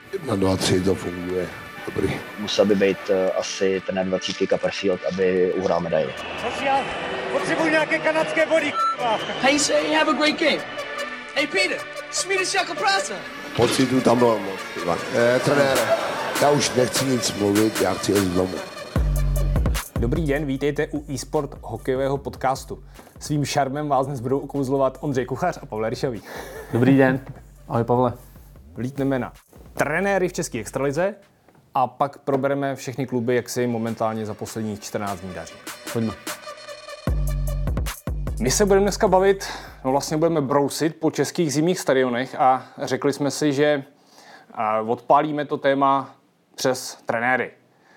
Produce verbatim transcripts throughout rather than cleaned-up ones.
Na dva, tři to funguje. Dobrý. Musel by být uh, asi ten dvacítky Copperfield, aby uhrál medaili. Social, potřebuji nějaké kanadské body, k***a. Hey, say, have a great game. Hey, Peter, Swedish chocolate prasa. Pocitu tam bylo moc. Eh, trenére, já už nechci nic mluvit, já chci jít domů. Dobrý den, vítejte u eSport hokejového podcastu. Svým šarmem vás dnes budou okouzlovat Ondřej Kuchař a Pavel Ryšavý. Dobrý den. Ahoj, Pavle. Vlítneme na trenéry v české extralize a pak probereme všechny kluby, jak se jim momentálně za posledních čtrnáct dní daří. Pojďme. My se budeme dneska bavit, no vlastně budeme brousit po českých zimních stadionech a řekli jsme si, že odpálíme to téma přes trenéry.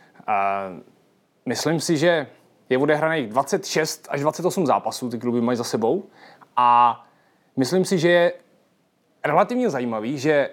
Myslím si, že je odehraných dvacet šest až dvacet osm zápasů, ty kluby mají za sebou, a myslím si, že je relativně zajímavý, že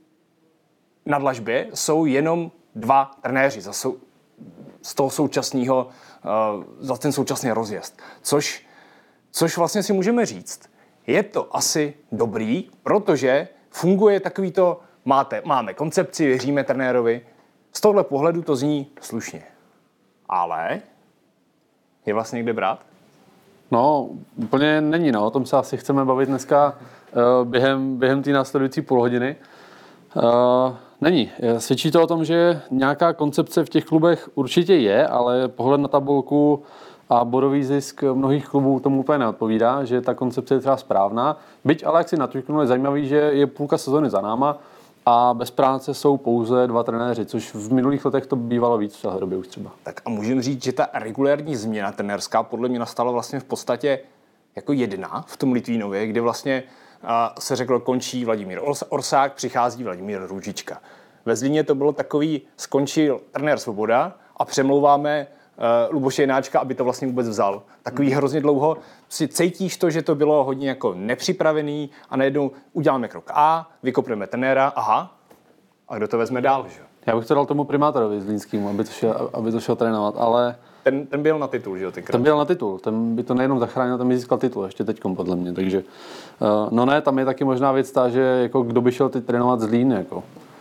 na dlažbě jsou jenom dva trenéři za sou, z toho současného, uh, za ten současný rozjezd. Což, což vlastně si můžeme říct, je to asi dobrý, protože funguje takový to, máte, máme koncepci, věříme trenérovi, z tohohle pohledu to zní slušně. Ale je vlastně kde brát? No, úplně není, no. O tom se asi chceme bavit dneska uh, během, během té následující půl hodiny. Uh, není. Svědčí to o tom, že nějaká koncepce v těch klubech určitě je, ale pohled na tabulku a bodový zisk mnohých klubů tomu úplně neodpovídá, že ta koncepce je třeba správná. Byť ale, jak si naťuknul, je zajímavý, že je půlka sezony za náma a bez práce jsou pouze dva trenéři, což v minulých letech to bývalo víc v té době už třeba. Tak a můžeme říct, že ta regulární změna trenérská podle mě nastala vlastně v podstatě jako jedna v tom Litvínově, kde vlastně uh, se řeklo, končí Vladimír Orsák, přichází Vladimír Růžička. Ve Zlíně to bylo takový, skončil trenér Svoboda a přemlouváme uh, Luboše Jináčka, aby to vlastně vůbec vzal. Takový hmm. hrozně dlouho si cítíš to, že to bylo hodně jako nepřipravený a najednou uděláme krok A, vykopneme trenéra, aha, a kdo to vezme dál, že? Já bych to dal tomu primátorovi zlínskému, aby to šel, aby to šel trénovat, ale... Ten, ten byl na titul, že jo, tenkrát? Ten byl na titul, ten by to nejenom zachránil, ten by získal titul, ještě teďkom podle mě, takže... Uh, no ne, tam je taky možná věc ta, že jako kdo by šel teď trénovat Zlín, jako...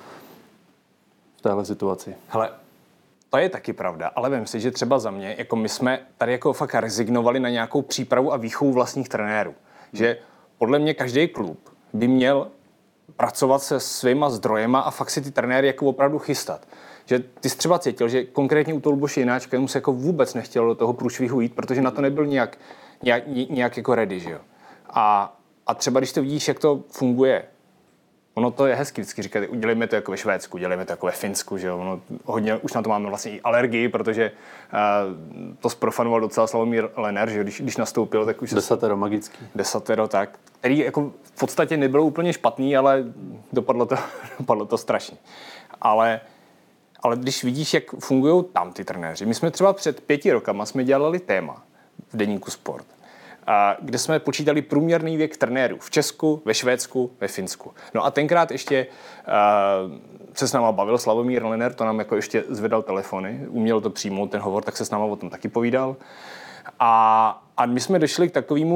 v téhle situaci. Hele, to je taky pravda, ale vem si, že třeba za mě, jako my jsme tady jako fakt rezignovali na nějakou přípravu a výchovu vlastních trenérů. Hmm. Že podle mě každý klub by měl pracovat se svýma zdrojema a fakt si ty trenéry jako opravdu chystat. Že ty jsi třeba cítil, že konkrétně u toho Luboše Jináčka mu se jako vůbec nechtělo do toho průšvihu jít, protože na to nebyl nějak, nějak, nějak jako ready, že jo. A, a třeba když to vidíš, jak to funguje, ono to je hezky vždycky říkat, udělejme to jako ve Švédsku, udělejme to jako ve Finsku, že jo. Ono, hodně, už na to máme vlastně i alergii, protože uh, to zprofanoval docela Slavomír Lenner, že když, když nastoupil, tak už... Desatero magický. Desatero, tak. Který jako v podstatě nebylo úplně špatný, ale dopadlo to, dopadlo to strašně. Ale, ale když vidíš, jak fungují tam ty trenéři. My jsme třeba před pěti rokama jsme dělali téma v deníku Sport, kde jsme počítali průměrný věk trenérů v Česku, ve Švédsku, ve Finsku. No a tenkrát ještě uh, se s náma bavil Slavomír Lenner, to nám jako ještě zvedal telefony, uměl to přijmout ten hovor, tak se s náma o tom taky povídal. A, a my jsme došli k takovému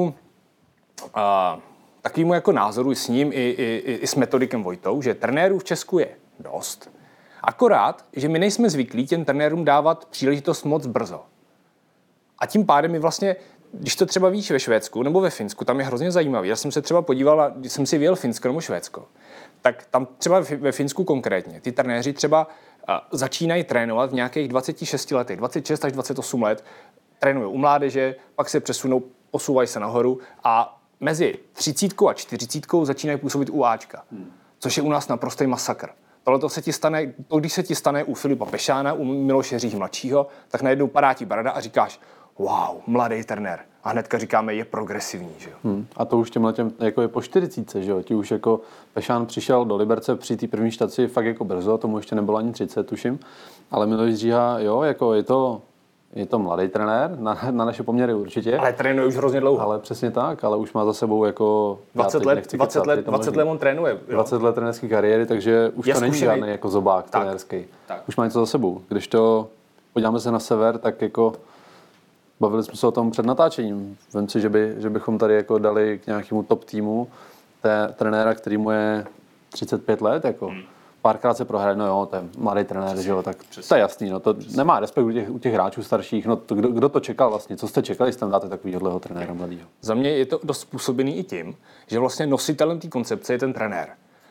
uh, takovému jako názoru s ním i, i, i s metodikem Vojtou, že trenérů v Česku je dost. Akorát, že my nejsme zvyklí těm trenérům dávat příležitost moc brzo. A tím pádem my vlastně, když to třeba víš ve Švédsku nebo ve Finsku, tam je hrozně zajímavý. Já jsem se třeba podíval, když jsem si vyjel Finsko nebo Švédsko, tak tam třeba ve Finsku konkrétně, ty trenéři třeba uh, začínají trénovat v nějakých dvaceti šesti letech, dvacet šest až dvacet osm let, trénují u mládeže, pak se přesunou, posouvají se nahoru a mezi třicítkou a čtyřicítkou začínají působit u Ačka, hmm. což je u nás naprostý masakr. Tohle to se ti stane, to když se ti stane u Filipa Pešána, u Miloše Říh mladšího, tak najednou padá ti brada a říkáš, wow, mladý trenér. A hnedka říkáme, je progresivní, že jo. Hmm. A to už těmhle těm, jako je po čtyřicítce, že jo. Ti už jako Pešán přišel do Liberce při té první štaci fakt jako brzo, tomu ještě nebylo ani třicet, tuším. Ale Miloš Říha, jo, jako je to, je to mladý trenér, na, na naše poměry určitě. Ale trénuje už hrozně dlouho. Ale přesně tak, ale už má za sebou jako... dvacet let, dvacet let, dvacet let on trénuje. Jo. dvacet let trenérské kariéry, takže už je to není zkušený. žádný jako zobák trenérský. Už má něco za sebou. Když to podíváme se na sever, tak jako bavili jsme se o tom před natáčením. Vem si, že, by, že bychom tady jako dali k nějakému top týmu té trenéra, který mu je třicet pět let, jako. Hmm. párkrát se prohraje, no jo, to je mladý trenér, že jo, tak přesně. To je jasný, no to přesně. Nemá respekt u těch, u těch hráčů starších, no to, kdo, kdo to čekal vlastně, co jste čekali, jestli tam dáte takovýhle trenéra mladýho? Za mě je to dost způsobený i tím, že vlastně nositelem té koncepce je ten trenér.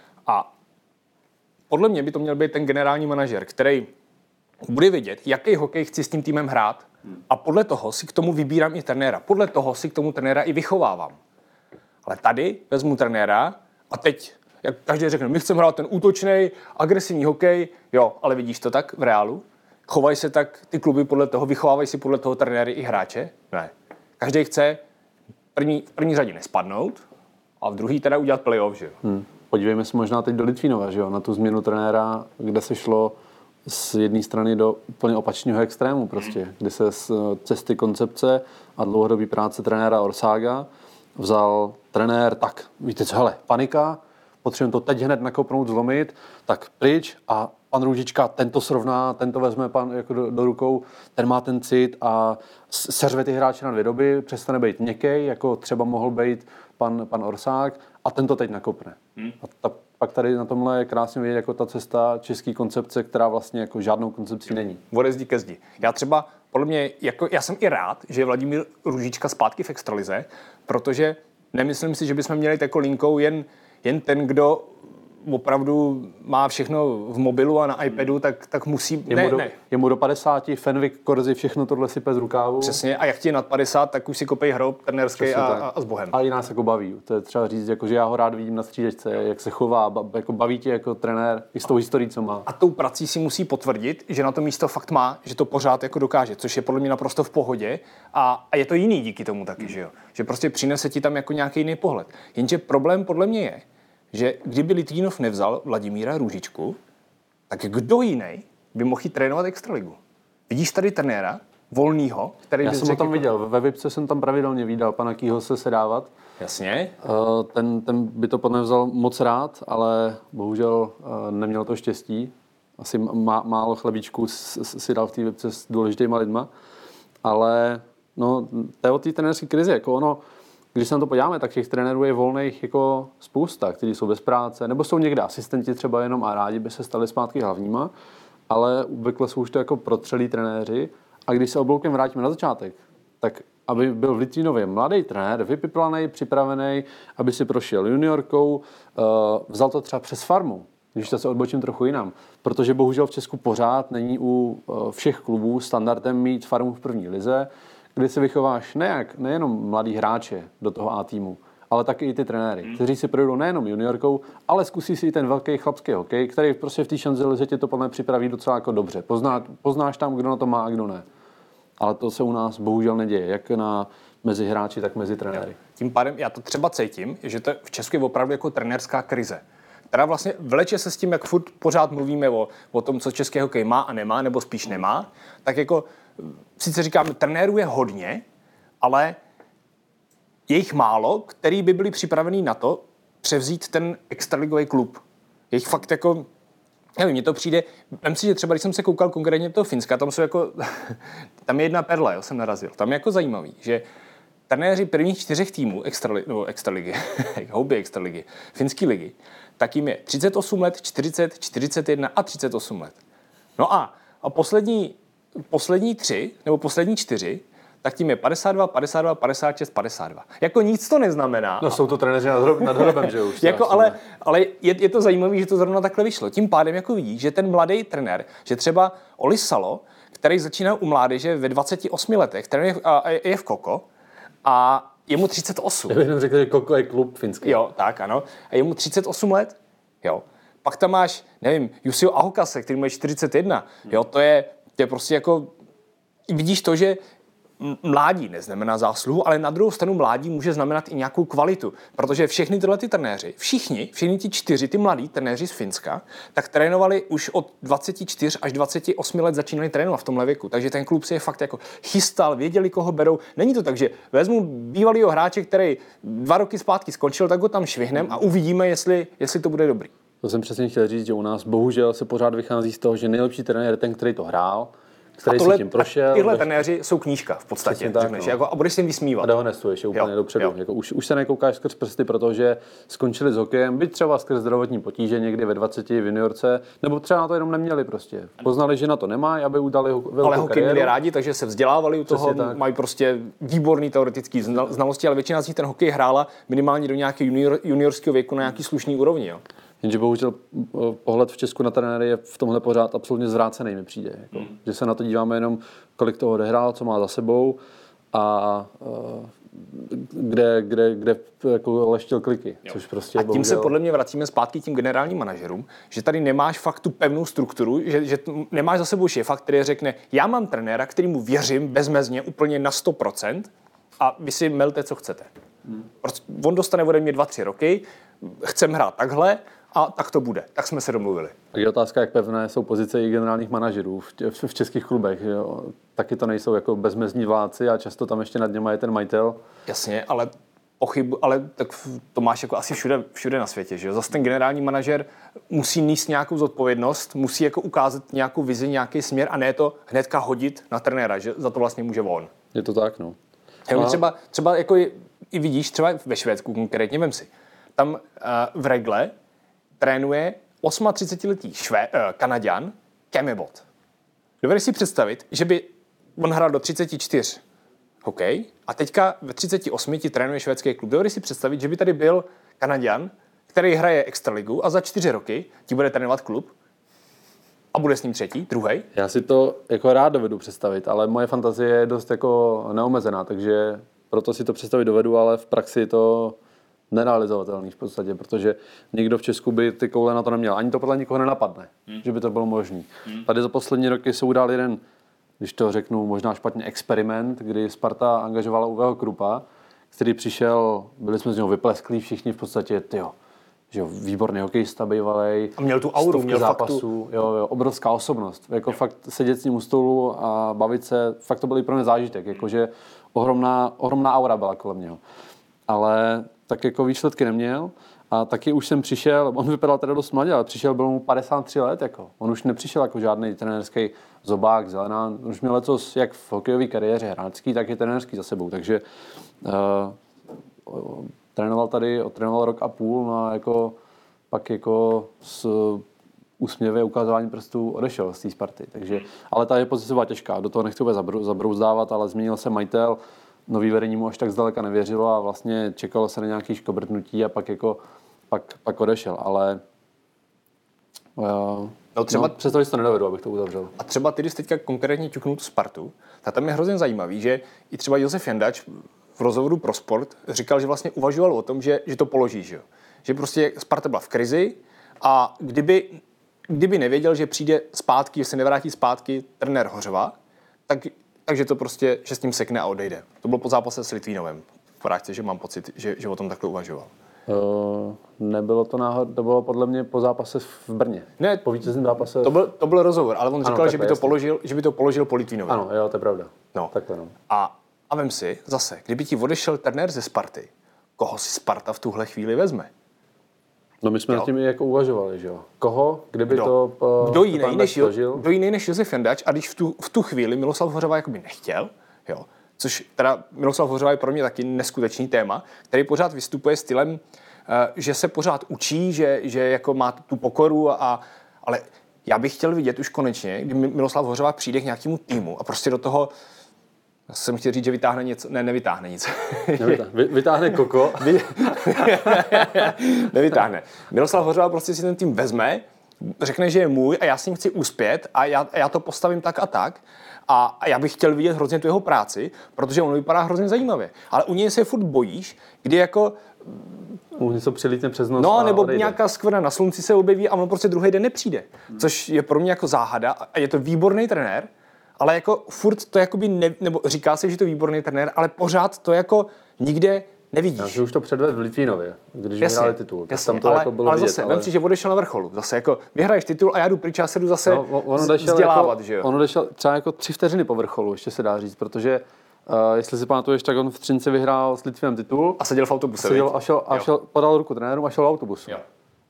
A podle mě by to měl být ten generální manažer, který bude vědět, jaký hokej chci s tím týmem hrát a podle toho si k tomu vybírám i trenéra. Podle toho si k tomu trenéra i vychovávám. Ale tady vezmu trenéra a teď, jak každý řekne, my chceme hrát ten útočný, agresivní hokej, jo, ale vidíš to tak v reálu? Chovají se tak ty kluby podle toho, vychovávají si podle toho trenéry i hráče? Ne. Každý chce první, v první řadě nespadnout a v druhý teda udělat playoff, že jo. Hmm. Podívejme se možná teď do Litvínova, že jo, na tu změnu trenéra, kde se šlo z jedné strany do úplně opačného extrému prostě, kdy se z cesty koncepce a dlouhodobý práce trenéra Orsága vzal trenér, tak víte co, hele, panika, potřebujeme to teď hned nakopnout, zlomit, tak pryč a pan Růžička, ten to srovná, ten to vezme pan jako do, do rukou, ten má ten cit a seřve ty hráče na dvě doby, přestane být měkkej, jako třeba mohl být pan, pan Orsák a ten to teď nakopne. Hmm. A ta, pak tady na tomhle je krásně vidět jako ta cesta české koncepce, která vlastně jako žádnou koncepcí není. Ode zdi ke zdi. Já třeba, podle mě, jako, já jsem i rád, že je Vladimír Růžička zpátky v extralize, protože nemyslím si, že bychom měli jako linkou jen, jen ten, kdo opravdu má všechno v mobilu a na iPadu, tak, tak musí... Je, ne, mu do, ne. je mu do padesáti, Fenwick, Korzy, všechno tohle sype z rukávu. Přesně, a jak ti je nad padesát, tak už si kopej hrob trenérský a, a, a s Bohem. A i nás jako baví. To je třeba říct, jako, že já ho rád vidím na střídačce, jak se chová, jako baví tě jako trenér i s tou historií, co má. A tou prací si musí potvrdit, že na to místo fakt má, že to pořád jako dokáže, což je podle mě naprosto v pohodě a, a je to jiný díky tomu taky, hmm. že jo. Že prostě přinese ti tam jako nějaký jiný pohled. Jenže problém podle mě je, že kdyby Litvínov nevzal Vladimíra Růžičku, tak kdo jiný by mohl jít trénovat extraligu? Vidíš tady trenéra volnýho, který Já by jsem ho tam jako... viděl, ve Vipce jsem tam pravidelně viděl pana Kýho se sedávat. Jasně. Ten, ten by to potom vzal moc rád, ale bohužel neměl to štěstí. Asi má, málo chlebíčků si dal v té Vipce s důležitýma lidma. Ale no, to je o té trenérské krizi. Jako ono, když se na to podíváme, tak těch trenérů je volných jako spousta, kteří jsou bez práce, nebo jsou někde asistenti třeba jenom a rádi by se stali zpátky hlavníma, ale obvykle jsou už to jako protřelí trenéři. A když se obloukem vrátíme na začátek, tak aby byl v Litvínově mladý trenér, vypiplaný, připravený, aby si prošel juniorkou, vzal to třeba přes farmu, když to se odbočím trochu jinam, protože bohužel v Česku pořád není u všech klubů standardem mít farmu v první lize, kdy si vychováš nejak, nejenom mladý hráče do toho A týmu, ale taky i ty trenéry, kteří si projdou nejenom juniorkou, ale zkusí si i ten velký chlapský hokej, který prostě v té šanzelize tě to plně připraví docela jako dobře. Pozná, poznáš tam, kdo na to má a kdo ne. Ale to se u nás bohužel neděje, jak na mezi hráči, tak mezi trenéry. Tím pádem já to třeba cítím, že to v Česku je opravdu jako trenérská krize, která vlastně vleče se s tím, jak furt pořád mluvíme o, o tom, co český hokej má a nemá, nebo spíš nemá, tak jako sice říkáme, trenérů je hodně, ale je jich málo, který by byli připravení na to převzít ten extraligový klub. Je jich fakt jako, nevím, mně to přijde, vem si, že třeba, když jsem se koukal konkrétně do toho Finska, tam jsou jako, tam je jedna perla, jo, jsem narazil. Tam je jako zajímavý, že trenéři prvních čtyřech týmů extrali, no, extraligy, houby extraligy, finské ligy, tak jim je třicet osm let, čtyřicet, čtyřicet jedna a třicet osm let. No a, a poslední, poslední tři, nebo poslední čtyři, tak tím je padesát dva, padesát dva, padesát šest, padesát dva. Jako nic to neznamená. No jsou to trenéři nad, hrob, nad hrobem, že už. jako, ale ale je, je to zajímavé, že to zrovna takhle vyšlo. Tím pádem jako vidí, že ten mladý trenér, že třeba Oli Salo, který začínal u mládeže ve dvaceti osmi letech, který je, a, je v Koko a je mu třicet osm. Já bych jenom řekl, že Koko je klub finský. Jo, tak ano. A je mu třicet osm let. Jo. Pak tam máš, nevím, Jusio Ahokase, který má čtyřicet jedna. Jo, to je, to je prostě jako, vidíš to, že mládí neznamená zásluhu, ale na druhou stranu mládí může znamenat i nějakou kvalitu, protože všechny tyhle ty trenéři, všichni, všichni ti čtyři, ty mladí trenéři z Finska, tak trénovali už od dvacet čtyři až dvacet osm let začínali trénovat v tomhle věku, takže ten klub si je fakt jako chystal, věděli, koho berou. Není to tak, že vezmu bývalýho hráče, který dva roky zpátky skončil, tak ho tam švihnem a uvidíme, jestli, jestli to bude dobrý. To jsem přesně chtěl říct, že u nás bohužel se pořád vychází z toho, že nejlepší trenér je ten, který to hrál, který si tím prošel. Tyhle trenéři jsou knížka v podstatě, tak, řekneš, no. jako, a budeš si jim vysmívat. A dehonestuješ je úplně jo, dopředu. Jo. Jako už, už se nekoukáš skrz prsty, protože skončili s hokejem, byť třeba skrz zdravotní potíže někdy ve dvaceti v juniorce, nebo třeba na to jenom neměli prostě. Poznali, že na to nemají, aby udali velkou Ale hokej kariéru. měli rádi, takže se vzdělávali u toho, tak. mají prostě výborný teoretický znalosti, ale většina z nich ten hokej hrála minimálně do nějakého junior, juniorského věku na nějaký slušný úrovni. Jo. Jenže bohužel pohled v Česku na trenéry je v tomhle pořád absolutně zvrácený, mi přijde. Jako, hmm. Že se na to díváme jenom, kolik toho odehrál, co má za sebou a uh, kde, kde, kde jako leštil kliky. Což prostě a tím bohužel... se podle mě vracíme zpátky tím generálním manažerům, že tady nemáš fakt tu pevnou strukturu, že, že nemáš za sebou šéfa, který řekne, já mám trenéra, kterýmu věřím bezmezně úplně na sto procent a vy si melte, co chcete. Hmm. On dostane ode mě dva, tři roky, chcem hrát takhle a tak to bude. Tak jsme se domluvili. Tak je otázka, jak pevné jsou pozice i generálních manažerů v, tě, v českých klubech. Jo. Taky to nejsou jako bezmezní vládci a často tam ještě nad něma je ten majitel. Jasně, ale pochyb, ale tak to máš jako asi všude, všude na světě, že jo? Zase ten generální manažer musí nést nějakou zodpovědnost, musí jako ukázat nějakou vizi, nějaký směr a ne to hnedka hodit na trenéra, že za to vlastně může on. Je to tak, no. Jo, a... třeba, třeba jako i, i vidíš, třeba ve Švédsku konkrétně, vem si, tam uh, v Regle trénuje třicetiosmiletý švé, uh, Kanaďan Kemebot. Dovedeš si představit, že by on hrál do třiceti čtyř hokej a teďka ve třiceti osmi ti trénuje švédský klub. Dovedeš si představit, že by tady byl Kanaďan, který hraje extraligu a za čtyři roky ti bude trénovat klub a bude s ním třetí, druhý. Já si to jako rád dovedu představit, ale moje fantazie je dost jako neomezená, takže proto si to představit dovedu, ale v praxi to nerealizovatelný v podstatě, protože nikdo v Česku by ty koule na to neměl. Ani to podle nikoho nenapadne, hmm. že by to bylo možné. Hmm. Tady za poslední roky se udál jeden, když to řeknu možná špatně, experiment, kdy Sparta angažovala Uweho Krupa, který přišel, byli jsme z něho vyplesklí všichni v podstatě, tyjo, že jo, výborný hokejista bývalej. A měl tu auru, měl zápasů, faktu. Jo, jo, obrovská osobnost. Jako jo. Fakt sedět s ním u stolu a bavit se, fakt to byl i pro mě zážitek, jakože ohromná, ohromná aura byla kolem něho. Ale tak jako výsledky neměl a taky už jsem přišel, on vypadal teda dost mladě, ale přišel, bylo mu padesát tři let, jako. On už nepřišel jako žádný trenérský zobák, zelená, on už měl lecos jak v hokejové kariéře hráčský, tak i trenérský za sebou, takže uh, trénoval tady, odtrénoval rok a půl, no a jako pak jako s úsměvě ukazování prstů odešel z té Sparty, takže, ale ta je pozice byla těžká, do toho nechci vůbec zabrouzdávat, ale změnil se majitel, nový vedení mu až tak zdaleka nevěřilo a vlastně čekalo se na nějaký škobrtnutí a pak jako pak, pak odešel, ale uh, no třeba, no, představit si to nedovedu, abych to uzavřel. A třeba ty, když teďka konkrétně ťuknul tu Spartu, tak tam je hrozně zajímavý, že i třeba Josef Jandač v rozhovoru pro Sport říkal, že vlastně uvažoval o tom, že, že to položí, že, že prostě Sparta byla v krizi a kdyby, kdyby nevěděl, že přijde zpátky, že se nevrátí zpátky trenér Hořova, tak takže to prostě, že s tím sekne a odejde. To bylo po zápase s Litvínovem. V práci, že mám pocit, že, že o tom takhle uvažoval. Uh, nebylo to náhodou, to bylo podle mě po zápase v Brně. Ne, po vítězném zápase. To byl, to byl rozhovor, ale on ano, říkal, že by, to jasný. položil, že by to položil po Litvínově. Ano, jo, to je pravda. No. Takhle, no. A, a vem si, zase, kdyby ti odešel trenér ze Sparty, koho si Sparta v tuhle chvíli vezme? No my jsme jo. nad tím jako uvažovali, že jo. Koho, kdyby kdo? to uh, kdo jiný, než, jo, složil? kdo jiný než Josef Jandač a když v tu, v tu chvíli Miloslav Hořava jakoby nechtěl, jo, což teda Miloslav Hořava je pro mě taky neskutečný téma, který pořád vystupuje stylem, uh, že se pořád učí, že, že jako má tu pokoru, a, ale já bych chtěl vidět už konečně, kdy Miloslav Hořava přijde k nějakému týmu a prostě do toho, já jsem chtěl říct, že vytáhne něco, ne, nevytáhne nic. Nevytáhne, Vy, vytáhne koko. Nevytáhne. Miloslav Hořava prostě si ten tým vezme, řekne, že je můj a já s ním chci uspět a já, a já to postavím tak a tak. A, a já bych chtěl vidět hrozně tu jeho práci, protože on vypadá hrozně zajímavě. Ale u něj se furt bojíš, kdy jako... Mu něco přilítne přes nos. No, nebo odejde. nějaká skvrna na slunci se objeví a on prostě druhý den nepřijde. Hmm. Což je pro mě jako záhada a je to výborný trenér, ale jako furt to jakoby ne, nebo říká se, že to je výborný trenér, ale pořád to jako nikde nevidíš. Já, že už to předvedl v Litvínově, když jasně, vyhráli titul. Jasně, tam to ale, jako bylo ale vidět, zase, ale... vem si, že odešel na vrcholu. Zase jako vyhraješ titul a já jdu pryč, já se jdu zase no, on odešel vzdělávat, jako, že jo? On odešel třeba jako tři vteřiny po vrcholu, ještě se dá říct, protože uh, jestli si pamatuješ, tak on v Třinci vyhrál s Litvinem titul. A seděl v autobuse. Seděl a šel, a šel, podal ruku trenérům a šel v autobusu. Jo.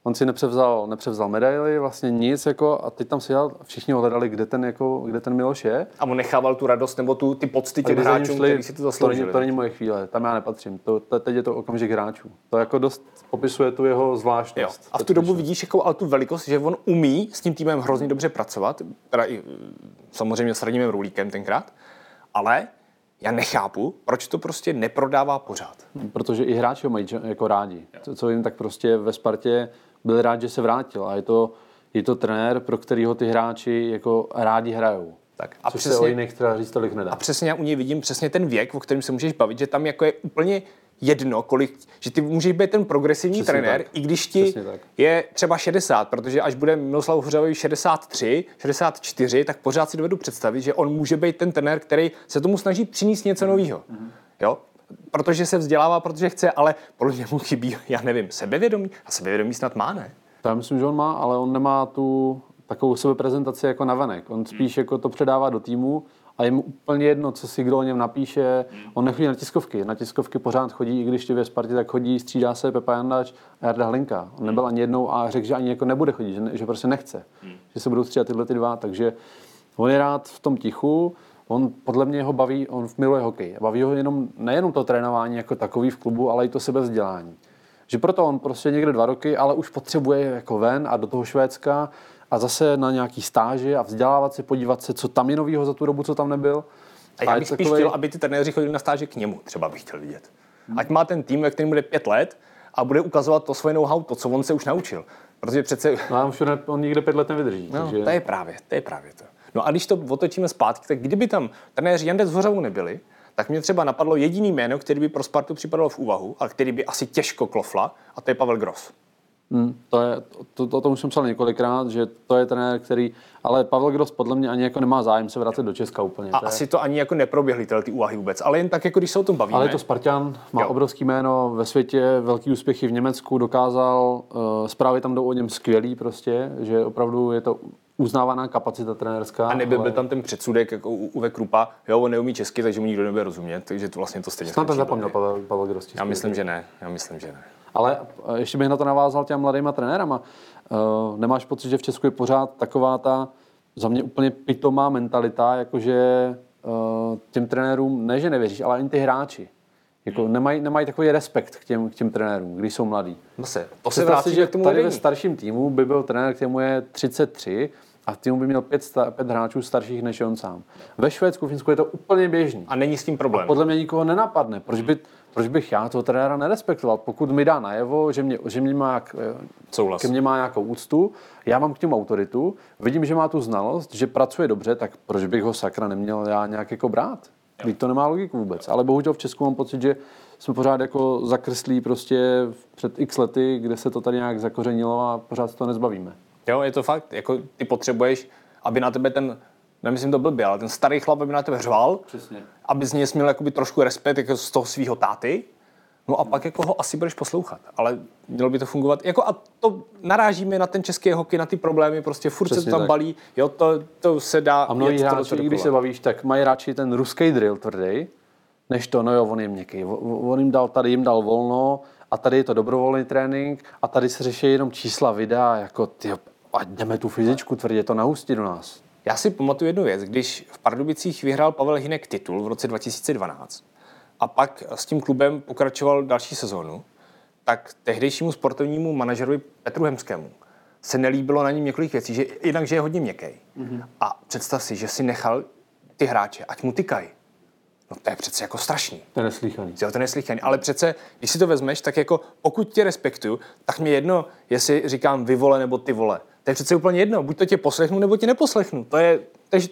On si nepřevzal, nepřevzal medaily, vlastně nic, jako, a teď tam si dělal, všichni ho hledali, kde ten, jako, kde ten Miloš je. A on nechával tu radost nebo tu, ty pocty těm hráčům, kteří si to zasloužili. To není, to není moje chvíle, tam já nepatřím. To, to, teď je to okamžik hráčů. To jako dost popisuje tu jeho zvláštnost. Jo. A v tu dobu vidíš jako, ale tu velikost, že on umí s tím týmem hrozně dobře pracovat, teda i samozřejmě s Radimem Rulíkem tenkrát, ale já nechápu, proč to prostě neprodává pořád. Protože i hráči ho mají jako rádi. Co, co jim tak prostě ve Spartě byl rád, že se vrátil. A je to, je to trenér, pro kterýho ty hráči jako rádi hrajou. Tak a což přesně, se o jiných trenéřích tolik nedá. A přesně já u něj vidím přesně ten věk, o kterém se můžeš bavit, že tam jako je úplně jedno, kolik, že ty můžeš být ten progresivní přesně trenér, tak. i když ti je třeba šedesát, protože až bude Miloslav Hořavý šedesát tři, šedesát čtyři, tak pořád si dovedu představit, že on může být ten trenér, který se tomu snaží přinést něco nového. Mm-hmm. Jo? Protože se vzdělává, protože chce, ale podle mě mu chybí, já nevím, sebevědomí. A sebevědomí snad má, ne? Já myslím, že on má, ale on nemá tu takovou sebeprezentaci jako navenek. On spíš jako to předává do týmu a je mu úplně jedno, co si kdo o něm napíše. On nechodí na tiskovky. Na tiskovky pořád chodí, i když ty ve Spartě, tak chodí, střídá se Pepa Jandáč a Jarda Hlinka. On nebyl ani jednou a řekl, že ani jako nebude chodit, že, ne, že prostě nechce. Že se budou střídat tyhle ty dva, takže on je rád v tom tichu. On podle mě ho baví, on miluje hokej. Baví ho jenom, nejenom to trénování jako takový v klubu, ale i to sebevzdělání. Že proto on prostě někde dva roky, ale už potřebuje jako ven a do toho Švédska a zase na nějaký stáže a vzdělávat se, podívat se, co tam je novýho za tu dobu, co tam nebyl. A já bych spíš takovej... chtěl, aby ty trenéři chodili na stáže k němu, třeba bych chtěl vidět. Ať má ten tým, který bude pět let a bude ukazovat to svoje know-how, to, co on se už naučil. Protože přece... No a on, ne, on nikde pět let nevydrží. No, takže... to je právě, to je právě to. No a když to otočíme zpátky, tak kdyby tam trenéři Jandec Hořavou nebyli, tak mě třeba napadlo jediný jméno, který by pro Spartu připadalo v úvahu, a který by asi těžko klofla, a to je Pavel Gross. Hmm, to je, to, to, to už jsem psal několikrát, že to je trenér, který, ale Pavel Gross podle mě ani jako nemá zájem se vracet do Česka úplně. A to je... asi to ani jako neproběhly tyhle ty úvahy vůbec, ale jen tak, jako když se o tom bavíme. Ale je to Spartan, má jo. obrovský jméno ve světě, velký úspěchy v Německu, dokázal, uh, zprávy tam jdou o něm skvělý prostě, že opravdu je to uznávaná kapacita trenérská. A nebyl ale... byl tam ten předsudek jako u Uwe Krupa, jo, on neumí česky, takže mu nikdo nebude rozumět, takže to vlastně to stejně. Snad ten zapomněl Pavel, Pavel Gross. Já myslím, že ne, já myslím, že ne. Ale ještě bych na to navázal těm mladýma trenérama. Uh, nemáš pocit, že v Česku je pořád taková ta za mě úplně pitomá mentalita, jakože uh, těm trenérům, ne že nevěříš, ale ani ty hráči. Jako nemají, nemají takový respekt k těm, k těm trenérům, když jsou mladí. No se, to se vrátí, že k tomu tady vedení. ve starším týmu by byl trenér, kterému je třicet tři a v týmu by měl pět, sta, pět hráčů starších než on sám. Ve Švédsku, v Finsku je to úplně běžný. A není s tím problém. A podle mě nikoho nenapadne. Proč, by, proč bych já toho trenéra nerespektoval? Pokud mi dá najevo, že mě, že mě má, Souhlas. ke mně má nějakou úctu, já mám k němu autoritu, vidím, že má tu znalost, že pracuje dobře, tak proč bych ho sakra neměl já nějak jako brát? Teď to nemá logiku vůbec. Ale bohužel v Česku mám pocit, že jsme pořád jako zakrslí prostě před x lety, kde se to tady nějak zakořenilo a pořád se to nezbavíme. Jo, je to fakt. Jako ty potřebuješ, aby na tebe ten, nemyslím to blbě, ale ten starý chlap, aby na tebe řval, Přesně. aby z něj směl jakoby trošku respekt jako z toho svého táty, no a pak jako ho asi budeš poslouchat. Ale mělo by to fungovat. Jako a to narážíme na ten český hokej, na ty problémy, prostě furt Přesně se to tam tak. balí, jo, to, to se dá... A mnohí jet to hráči, do i když se bavíš, tak mají radši ten ruský drill tvrdý, než to, no jo, on je měkký. On jim dal, tady jim dal volno a tady je to dobrovolný trénink a tady se řeší jenom čísla videa, jako ty, ať jdeme tu fyzičku tvrdě, to nahustí do nás. Já si pamatuju jednu věc, když v Pardubicích vyhrál Pavel Hynek titul v roce dva tisíce dvanáct a pak s tím klubem pokračoval další sezónu, tak tehdejšímu sportovnímu manažerovi Petru Hemskému se nelíbilo na něm několik věcí, že jednak, že je hodně měkký. Mm-hmm. A představ si, že si nechal ty hráče, ať mu tykají. No to je přece jako strašný. To je neslýchaný. Jo, to je neslýchaný. Ale přece, když si to vezmeš, tak jako pokud tě respektuju, tak mě jedno, jestli říkám vy vole nebo ty vole. To je přece úplně jedno. Buď to tě poslechnu, nebo tě neposlechnu. To je, takže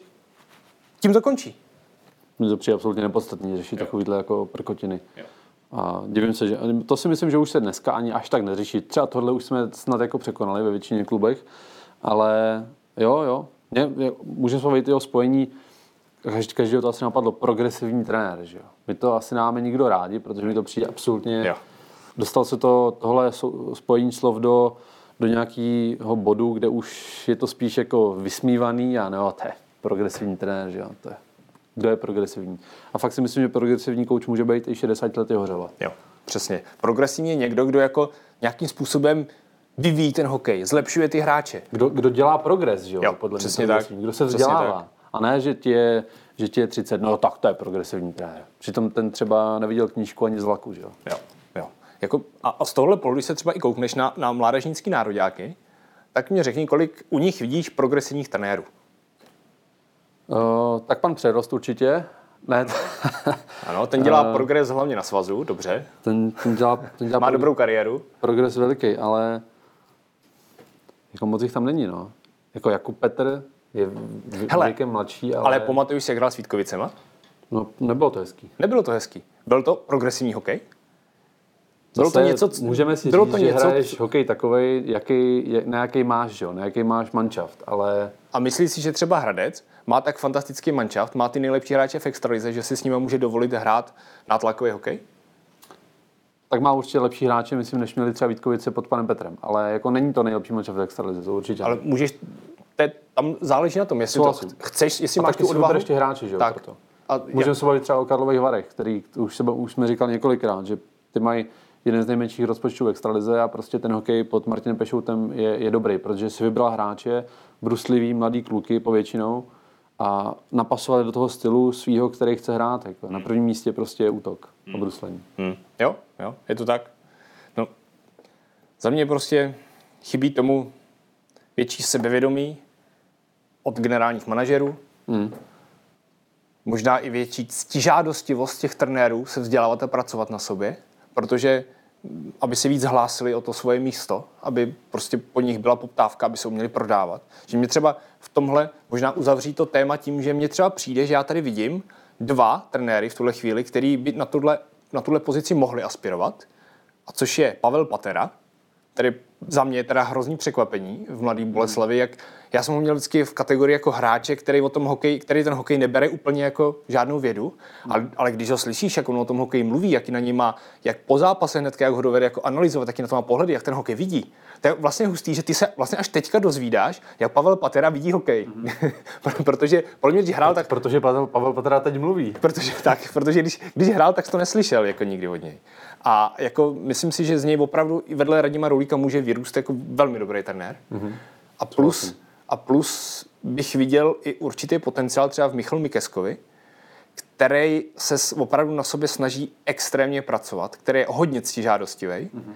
tím to končí. Mně to přijde absolutně nepodstatný řešit takovýhle jako prkotiny. Jo. A divím se, že to si myslím, že už se dneska ani až tak neřeší. Třeba tohle už jsme snad jako překonali ve většině klubech, ale jo, jo. Mě, můžeme se bavit i o spojení, každého to asi napadlo, progresivní trenér, že jo. My to asi nemáme nikdo rádi, protože mi to přijde absolutně... Jo. Dostal se to, tohle spojení slov do, do nějakého bodu, kde už je to spíš jako vysmívaný a no, to je progresivní trenér, že jo. To je, kdo je progresivní. A fakt si myslím, že progresivní kouč může být i šedesát let Hořava. Jo, přesně. Progresivní je někdo, kdo jako nějakým způsobem vyvíjí ten hokej, zlepšuje ty hráče. Kdo, kdo dělá progres, že jo? Jo, podle přesně mě, tak. Kdo se Přesně vzdělává. tak. A ne, že ti je, že ti je třicet, no tak to je progresivní trenér. Přitom ten třeba neviděl knížku ani z vlaku, že jo? Jo, jo. Jako, a, a z tohohle pohledu, když se třeba i koukneš na, na mládežnický nároďáky, tak mě řekni, kolik u nich vidíš progresivních trenérů. Uh, tak pan Přerost určitě. Ne. Ano, ten dělá uh, progres hlavně na svazu, dobře. Ten, ten dělá, ten dělá Má prog- dobrou kariéru. Progres veliký, ale jako moc jich tam není, no. Jako Jakub Petr je věkem mladší, ale... Ale pamatuješ si, jak hrál s Vítkovicema? No, nebylo to hezký. Nebylo to hezký. Byl to progresivní hokej? Bylo Zase to něco, můžeme si bylo říct, to že něco, hraješ hokej takovej, jaký, na jaký máš, že? Na jaký máš manšaft, ale... A myslíš si, že třeba Hradec má tak fantastický manšaft, má ty nejlepší hráče v extralize, že si s nimi může dovolit hrát nátlakový hokej? Tak má určitě lepší hráče, myslím, než měli třeba Vítkovice pod panem Petrem. Ale jako není to nejlepší manšaft v extralize, to určitě. Ale můžeš, te, tam záleží na tom, jestli to chceš, jestli a máš tu odvahu. ještě hráči, že jo, tak. proto. A můžeme se bavit třeba o Karlových Varech, který už, se, už jsme říkali několikrát, že ty mají jeden z nejmenších rozpočtů v extralize a prostě ten hokej pod Martinem Pešoutem je, je dobrý, protože si vybral hráče, bruslivý, mladý kluky povětšinou a napasovali do toho stylu svýho, který chce hrát. Jako. Na prvním místě prostě je útok a bruslení. Hmm. Jo, jo, je to tak. No, za mě prostě chybí tomu větší sebevědomí od generálních manažerů. Hmm. Možná i větší ctižádostivost těch trenérů se vzdělávat a pracovat na sobě, protože aby si víc hlásili o to svoje místo, aby prostě po nich byla poptávka, aby se uměli prodávat. Že mě třeba v tomhle možná uzavří to téma tím, že mě třeba přijde, že já tady vidím dva trenéry v tuhle chvíli, který by na tuhle, na tuhle pozici mohli aspirovat, a což je Pavel Patera, který za mě je teda hrozný překvapení v Mladý Boleslavi, jak já jsem ho měl vždycky v kategorii jako hráče, který o tom hokej, který ten hokej nebere úplně jako žádnou vědu, ale, ale když ho slyšíš, jak on o tom hokeji mluví, jaký na něj má, jak po zápase hned, jak ho dovede jako analyzovat, jaký na to má pohledy, jak ten hokej vidí. To je vlastně hustý, že ty se vlastně až teďka dozvídáš, jak Pavel Patera vidí hokej. Mm-hmm. Protože podle mě, když hrál, tak... Protože Pavel, Pavel Patera teď mluví. Protože, tak, protože když, když hrál, tak jsi to neslyšel jako nikdy od něj. A jako myslím si, že z něj opravdu i vedle Radima Roulíka může vyrůst jako velmi dobrý trenér. Mm-hmm. A plus, a plus bych viděl i určitý potenciál třeba v Michalu Mikeskovi, který se opravdu na sobě snaží extrémně pracovat, který je hodně ctižádostivý. Mm-hmm.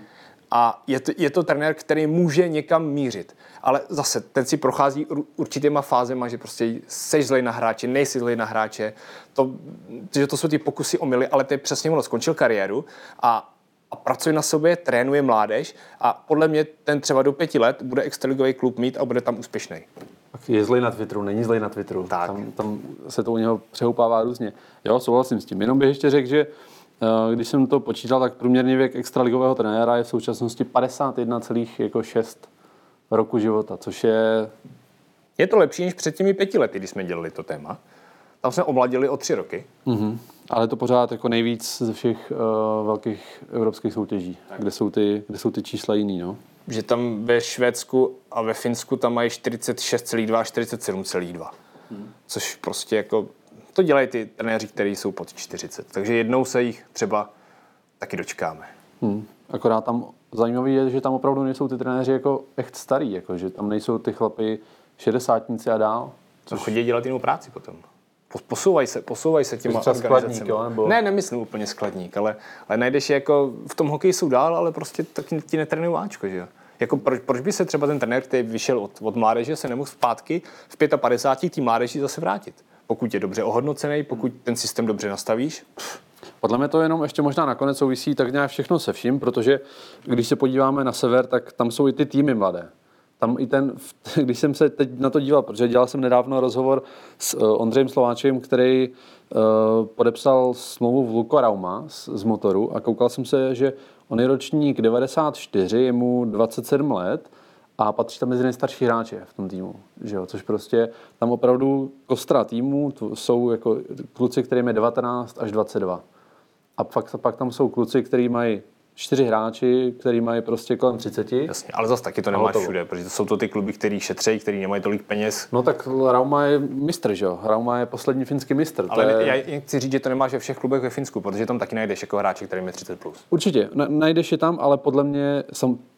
A je to, je to trenér, který může někam mířit. Ale zase, ten si prochází určitýma fázema, že prostě seš zlej na hráče, nejsi zlej na hráče. To, že to jsou ty pokusy omyly, ale to je přesně ono. Skončil kariéru a, a pracuje na sobě, trénuje mládež a podle mě ten třeba do pěti let bude extraligový klub mít a bude tam úspěšný. Je zlej na Twitteru, není zlej na Twitteru. Tak. Tam, tam se to u něho přehoupává různě. Jo, souhlasím s tím. Jenom bych ještě řekl, že když jsem to počítal, tak průměrný věk extraligového trenéra je v současnosti padesát jedna celá šest roku života, což je... Je to lepší než před těmi pěti lety, když jsme dělali to téma. Tam jsme omladili o tři roky. Mm-hmm. Ale to pořád jako nejvíc ze všech uh, velkých evropských soutěží, kde jsou, ty, kde jsou ty čísla jiný, no. Že tam ve Švédsku a ve Finsku tam mají čtyřicet šest celá dva a čtyřicet sedm celá dva. Hmm. Což prostě jako... To dělají ty trenéři, kteří jsou pod čtyřicet. Takže jednou se jich třeba taky dočkáme. Hmm. Akorát tam zajímavý je, že tam opravdu nejsou ty trenéři jako echt starý, jako, že tam nejsou ty chlapy šedesátníci a dál. Což... Chodí dělat jinou práci potom. Posouvají se, posouvají se těma organizacemi. Nebo... Ne, nemyslím úplně skladník, ale, ale najdeš je jako, v tom hokeji jsou dál, ale prostě taky ti netrénují áčko, že jo. Jako proč, proč by se třeba ten trenér, který vyšel od, od mládeže, se nemohl zpátky v padesát pěti k té mládeži zase vrátit? Pokud je dobře ohodnocený, pokud ten systém dobře nastavíš. Pff. Podle mě to jenom ještě možná nakonec souvisí tak nějak všechno se vším, protože když se podíváme na sever, tak tam jsou i ty týmy mladé. Tam i ten, když jsem se teď na to díval, protože dělal jsem nedávno rozhovor s Ondřejem Slováčem, který uh, podepsal smlouvu v Luko Rauma z, z motoru a koukal jsem se, že on je ročník devadesát čtyři, je mu dvacet sedm let a patří tam mezi nejstarší hráče v tom týmu, že jo? Což prostě tam opravdu kostra týmu jsou jako kluci, kterým je devatenáct až dvacet dva. A pak, pak tam jsou kluci, kteří mají čtyři hráči, který mají prostě kolem třicet. Jasně, ale zase taky to nemáš všude, protože to jsou to ty kluby, který šetřejí, který nemají tolik peněz. No tak Rauma je mistr, že jo? Rauma je poslední finský mistr. Ale je... já chci říct, že to nemáš ve všech klubech ve Finsku, protože tam taky najdeš jako hráče, který je třicet plus. Určitě, najdeš je tam, ale podle mě sam,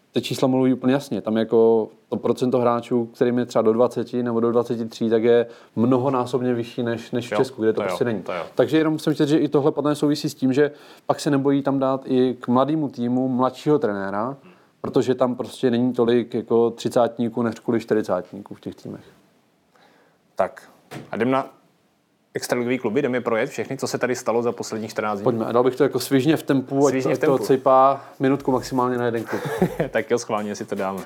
ty čísla mluví úplně jasně. Tam jako to procento hráčů, kterým je třeba do dvacet nebo do dvacet tři, tak je mnohonásobně vyšší než, než v Česku, kde to, to prostě jo, není. To Takže jenom musím říct, že i tohle potom souvisí s tím, že pak se nebojí tam dát i k mladému týmu mladšího trenéra, protože tam prostě není tolik jako třicátníků než kvůli čtyřicátníků v těch týmech. Tak a jdem na extraligový kluby, jdeme projet všechny, co se tady stalo za posledních čtrnáct dní. Pojďme, a dal bych to jako svižně v tempu, svižně ať v tempu. to cejpá minutku maximálně na jeden klub. Tak jo, schválně si to dáme.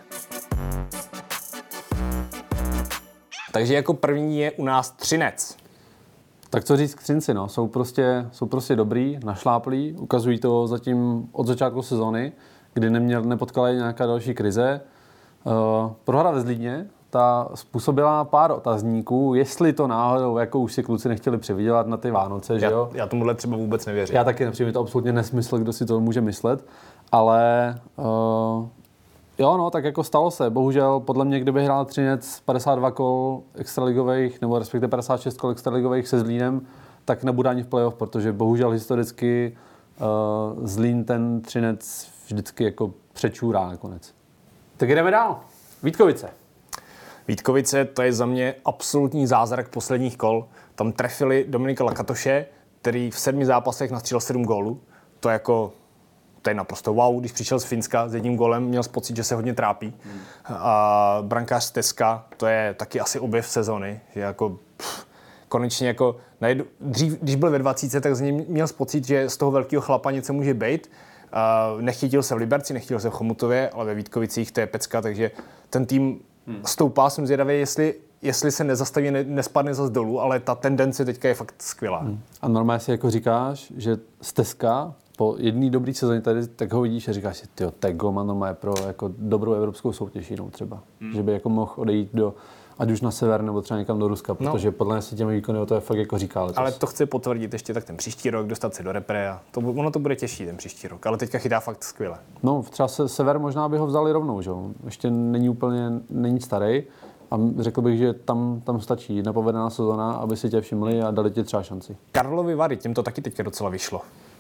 Takže jako první je u nás Třinec. Tak co říct k Třinci, no, jsou prostě, jsou prostě dobrý, našláplí, ukazují to zatím od začátku sezóny, kdy neměl, nepotkala nějaká další krize. Uh, prohra ve Zlíně, ta způsobila pár otazníků, jestli to náhodou, jako už si kluci nechtěli přivydělat na ty Vánoce, že jo? Já, já tomuhle třeba vůbec nevěřím. Já taky nepřijím, je to absolutně nesmysl, kdo si to může myslet, ale uh, jo, no, tak jako stalo se. Bohužel, podle mě, kdyby hrál Třinec padesát dva kol extraligových, nebo respektive padesát šest kol extraligových se Zlínem, tak nebude ani v playoff, protože bohužel historicky uh, Zlín ten Třinec vždycky jako přečůrá nakonec. Tak jdeme dál. Vítkovice. Vítkovice, to je za mě absolutní zázrak posledních kol. Tam trefili Dominika Lakatoše, který v sedmi zápasech nastřílel sedm gólů. To je jako, to je naprosto wow. Když přišel z Finska s jedním gólem, měl pocit, že se hodně trápí. Hmm. A brankář Teska, to je taky asi objev sezony. Že jako, pff, konečně jako, najdu, dřív, když byl ve dvacítce, tak z něj měl pocit, že z toho velkého chlapa něco může být. Uh, nechytil se v Liberci, nechytil se v Chomutově, ale ve Vítkovicích to je pecka, takže ten tým hmm. stoupá, jsem zvědavý, jestli, jestli se nezastaví, ne, nespadne zas dolů, ale ta tendence teďka je fakt skvělá. Hmm. A normálně si jako říkáš, že Steska po jedné dobré sezóně tady, tak ho vidíš a říkáš si, tyjo, tak golman normálně pro jako dobrou evropskou soutěž jinou třeba. Hmm. Že by jako mohl odejít do, ať už na sever, nebo třeba někam do Ruska, protože no. podle mě si těmi výkony to je fakt jako říká. Ale to chci potvrdit ještě tak ten příští rok, dostat se do repre a to, ono to bude těžší ten příští rok, ale teďka chytá fakt skvěle. No, třeba se, sever možná by ho vzali rovnou, že jo? Ještě není úplně, není starý a řekl bych, že tam, tam stačí nepovedená sezona, aby si tě všimli a dali ti třeba šanci. Karlovy Vary, těm to taky teďka docela vyšlo.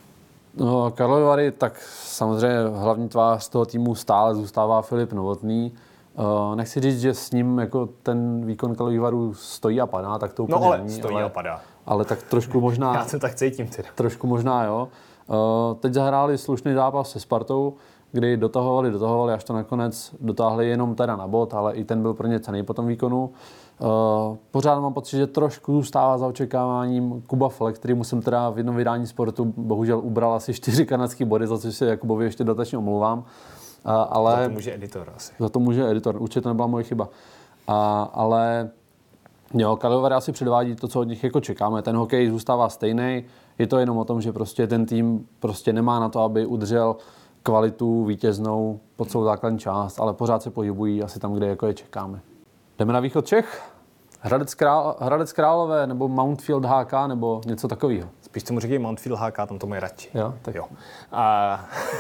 No, Karlovy Vary, tak samozřejmě hlavní tvář toho týmu stále zůstává Filip Novotný. Uh, nechci říct, že s ním jako ten výkon Karlových Varů stojí a padá, tak to úplně no, ale není. stojí ale, a padá. Ale tak trošku možná... Já se tak cítím teda. Trošku možná, jo. Uh, teď zahráli slušný zápas se Spartou, kdy dotahovali, dotahovali, až to nakonec dotáhli jenom teda na bod, ale i ten byl pro ně cenný po tom výkonu. Uh, pořád mám pocit, že trošku zůstává za očekáváním Kuba Fleck, který musím teda v jednom vydání Sportu bohužel ubral asi čtyři kanadský body, za což se Jakubovi ještě dotačně omlouvám. Uh, ale za to může editor asi. Za to může editor, určitě to nebyla moje chyba. Uh, ale jo, Karlovy Vary asi předvádí to, co od nich jako čekáme. Ten hokej zůstává stejný. Je to jenom o tom, že prostě ten tým prostě nemá na to, aby udržel kvalitu vítěznou po celou základní část, ale pořád se pohybují asi tam, kde jako je čekáme. Jdeme na východ Čech. Hradec, Král, Hradec Králové nebo Mountfield H K nebo něco takového. Spíš tomu říkají Mountfield H K, tam to mají radši. Jo, tak. Jo. A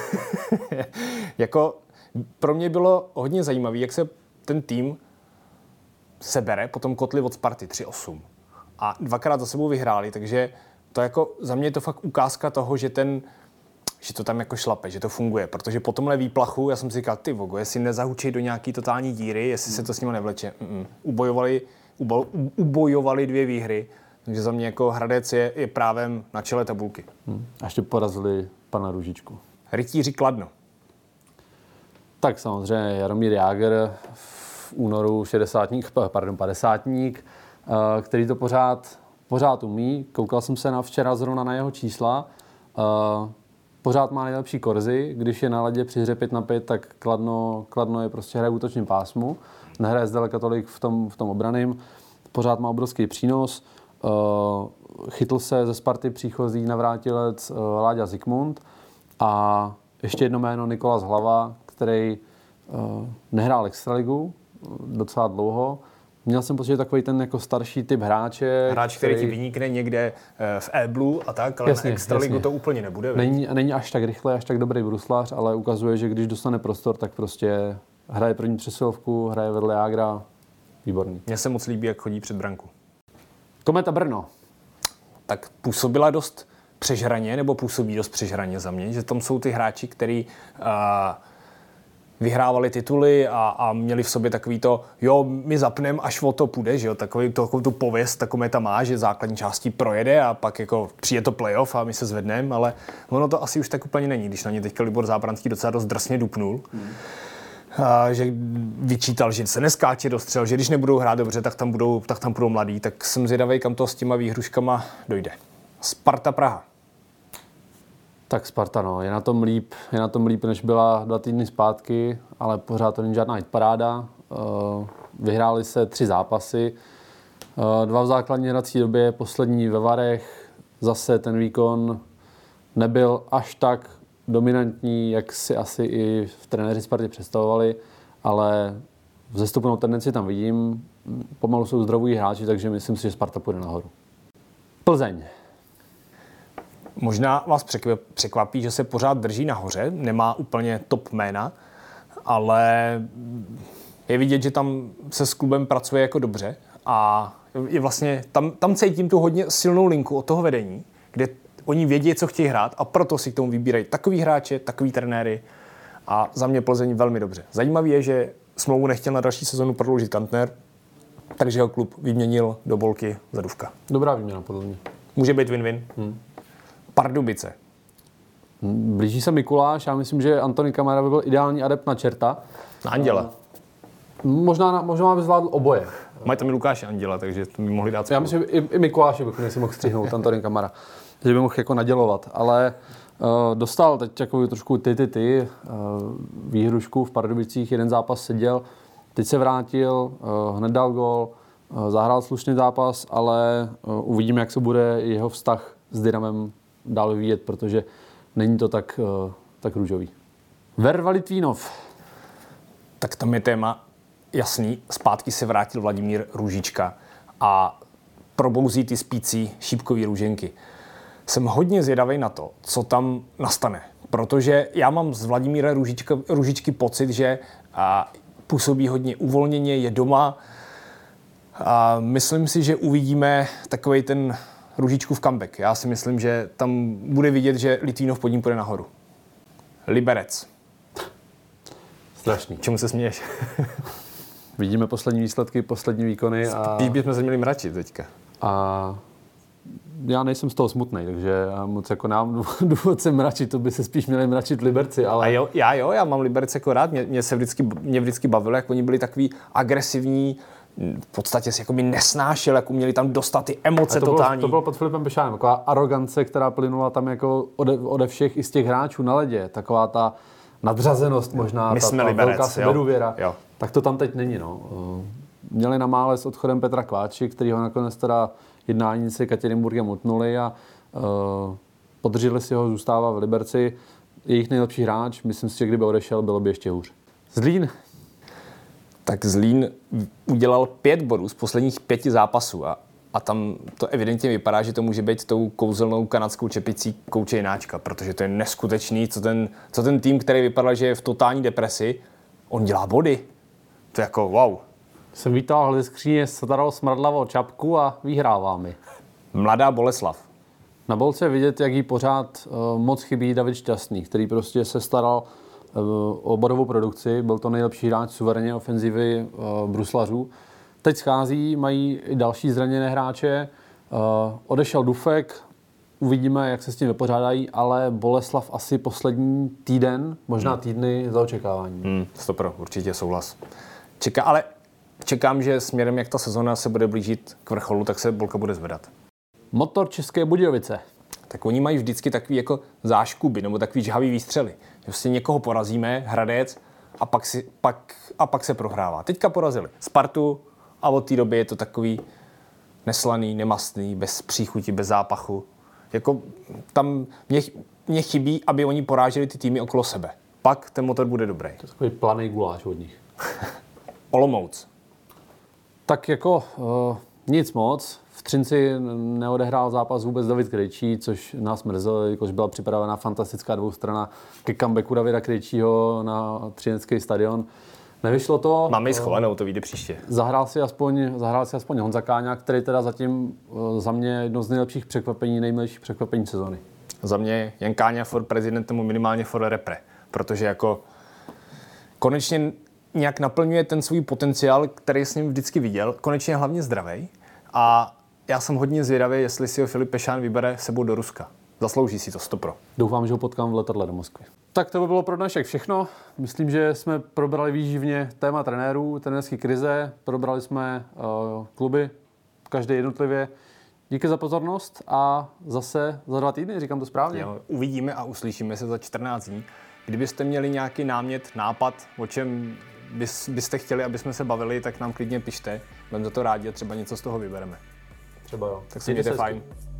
jako pro mě bylo hodně zajímavé, jak se ten tým sebere po tom kotli od Sparty tři osm. A dvakrát za sebou vyhráli, takže to jako za mě je to fakt ukázka toho, že ten že to tam jako šlape, že to funguje, protože po tomhle výplachu já jsem si říkal, ty vogo, jestli nezahučí do nějaký totální díry, jestli se to s nimi nevleče. Mm-mm. Ubojovali, ubo, ubojovali dvě výhry, takže za mě jako Hradec je, je právem na čele tabulky. Hmm. A ještě porazili pana Růžičku. Rytíři Kladno. Tak samozřejmě Jaromír Jágr v únoru šedesátník, pardon, padesátník, který to pořád, pořád umí. Koukal jsem se na včera zrovna na jeho čísla. Pořád má nejlepší korzy, když je na ledě při hře pět na pět, tak Kladno, Kladno je prostě hraje v útočním pásmu. Nehraje zdaleka tolik v tom, v tom obraným. Pořád má obrovský přínos. Chytl se ze Sparty příchozí navrátilec Láďa Zikmund a ještě jedno jméno Nikolas Hlava, který nehrál extraligu docela dlouho. Měl jsem pocit, že takový ten jako starší typ hráče. Hráč, který, který ti vynikne někde v Eblu a tak, ale jasně, na extraligu jasně. To úplně nebude. Není, není až tak rychle, až tak dobrý bruslař, ale ukazuje, že když dostane prostor, tak prostě hraje první přesilovku, hraje vedle Jágra. Výborný. Mně se moc líbí, jak chodí před branku. Kometa Brno. Tak působila dost přežraně, nebo působí dost přežraně za mě, že tam jsou ty hráči, který uh, vyhrávali tituly a, a měli v sobě takový to, jo, my zapneme, až o to půjde, že jo, takový, takovou tu pověst, takovou tam má, že základní částí projede a pak jako přijde to playoff a my se zvedneme, ale ono to asi už tak úplně není, když na ně teďka Libor Zábranský docela dost drsně dupnul. Hmm. A, že vyčítal, že se neskáče do střel, že když nebudou hrát dobře, tak tam budou, tak tam budou mladí, tak jsem zvědavej, kam to s těma výhruškama dojde. Sparta Praha. Tak Sparta, no, je na tom líp, je na tom líp, než byla dva týdny zpátky, ale pořád to není žádná hitparáda. Vyhráli se tři zápasy, dva v základní hrací době, poslední ve varech. Zase ten výkon nebyl až tak dominantní, jak si asi i v trenéři Sparty představovali, ale vzestupunou tendenci tam vidím. Pomalu jsou zdraví hráči, takže myslím si, že Sparta půjde nahoru. Plzeň. Možná vás překvapí, že se pořád drží nahoře, nemá úplně top jména, ale je vidět, že tam se s klubem pracuje jako dobře a je vlastně, tam, tam cítím tu hodně silnou linku od toho vedení, kde oni vědí, co chtějí hrát a proto si k tomu vybírají takový hráče, takový trenéry a za mě Plzeň velmi dobře. Zajímavé je, že smlouvu nechtěl na další sezonu prodloužit Kantner, takže ho klub vyměnil do Bolky za Duvka. Dobrá výměna, podle mě. Může být win-win. Hmm. Pardubice. Blíží se Mikuláš, já myslím, že Antony Kamara by byl ideální adept na čerta. Na Anděla. Možná, možná by zvládl oboje. Mají tam i Lukáše Anděla, takže to by mohli dát spolu. Já myslím, že i, i Mikuláše by si mohl střihnout Antony Kamara. Že by mohl jako nadělovat, ale uh, dostal teď jako trošku ty, ty, ty uh, výhrušku v Pardubicích, jeden zápas seděl, teď se vrátil, uh, hned dal gól, uh, zahrál slušný zápas, ale uh, uvidíme, jak se bude jeho vztah s Dynamem dál vyvíjet, protože není to tak, uh, tak růžový. Verva Litvínov. Tak tam je téma jasný. Zpátky se vrátil Vladimír Růžička a probouzí ty spící šípkový růženky. Jsem hodně zvědavý na to, co tam nastane, protože já mám z Vladimíra Růžička, Růžičky pocit, že a, působí hodně uvolněně, je doma. A myslím si, že uvidíme takovej ten Růžičkův comeback. Já si myslím, že tam bude vidět, že Litvínov pod ním půjde nahoru. Liberec. Strašný. Čemu se směješ? Vidíme poslední výsledky, poslední výkony. A... Spíš bychom se měli mračit teďka. A já nejsem z toho smutnej, takže já moc jako nám důvod se mračit, to by se spíš měli mračit Liberci, ale... A jo, já jo, já mám Liberce jako rád, mě, mě se vždycky, mě vždycky bavilo, jak oni byli takový agresivní, v podstatě si jako by nesnášel, jak uměli tam dostat ty emoce to totální. Bylo, to bylo pod Filipem Pešánem, taková arogance, která plynula tam jako ode, ode všech i z těch hráčů na ledě, taková ta nadřazenost možná, My ta, jsme ta Liberec, velká sebedůvěra. Jo. Tak to tam teď není, no. Měli na mále s odchodem Petra Kváči, který ho nakonec teda jednání se Katerinburgem utnuli a uh, podrželi si ho, zůstává v Liberci. Jejich nejlepší hráč, myslím si, že kdyby odešel, bylo by ještě hůř. Zlín. Tak Zlín udělal pět bodů z posledních pěti zápasů a, a tam to evidentně vypadá, že to může být tou kouzelnou kanadskou čepicí kouče Jináčka, protože to je neskutečný, co ten, co ten tým, který vypadal, že je v totální depresi, on dělá body. To je jako wow. Jsem vytáhl ze skříně starou smradlavou čapku a vyhrává mi. Mladá Boleslav. Na Bolce je vidět, jak jí pořád uh, moc chybí David Šťastný, který prostě se staral uh, o bodovou produkci. Byl to nejlepší hráč suverénně ofenzivy uh, bruslařů. Teď schází, mají i další zraněné hráče. Uh, odešel Dufek, uvidíme, jak se s tím vypořádají, ale Boleslav asi poslední týden, možná hmm. týdny za očekávání. Hmm, stopro, určitě souhlas. Čeká, ale čekám, že směrem, jak ta sezona se bude blížit k vrcholu, tak se Bolka bude zvedat. Motor České Budějovice. Tak oni mají vždycky takový jako záškuby nebo takový žhavý výstřely. Že vlastně někoho porazíme, Hradec, a pak, si, pak, a pak se prohrává. Teďka porazili Spartu a od té doby je to takový neslaný, nemastný, bez příchuti, bez zápachu. Jako tam mě, mě chybí, aby oni poráželi ty týmy okolo sebe. Pak ten Motor bude dobrý. To je takový planý guláš od nich. Olomouc. Tak jako uh, nic moc. V Třinci neodehrál zápas vůbec David Krejčí, což nás mrzelo, jakož byla připravená fantastická dvoustrana ke comebacku Davida Krejčího na třinecký stadion. Nevyšlo to. Máme ji schovanou, to vyjde příště. Zahrál si aspoň, zahrál si aspoň Honza Káňa, který teda zatím uh, za mě jedno z nejlepších překvapení, nejlepších překvapení sezony. Za mě Jan Káňa for prezidentem minimálně for repre, protože jako konečně nějak naplňuje ten svůj potenciál, který s ním vždycky viděl, konečně je hlavně zdravej. A já jsem hodně zvědavý, jestli si ho Filip Pešán vybere sebou do Ruska. Zaslouží si to stopro. Doufám, že ho potkám v letadle do Moskvy. Tak to by bylo pro dnešek všechno. Myslím, že jsme probrali výživně téma trenérů, trenérské krize, probrali jsme uh, kluby, každý jednotlivě. Díky za pozornost a zase za dva týdny, říkám to správně. Jo, uvidíme a uslyšíme se za čtrnáct dní. Kdybyste měli nějaký námět, nápad, o čem bys, byste chtěli, aby jsme se bavili, tak nám klidně pište. Budeme za to rádi a třeba něco z toho vybereme. Třeba jo. Tak se mějte fajn.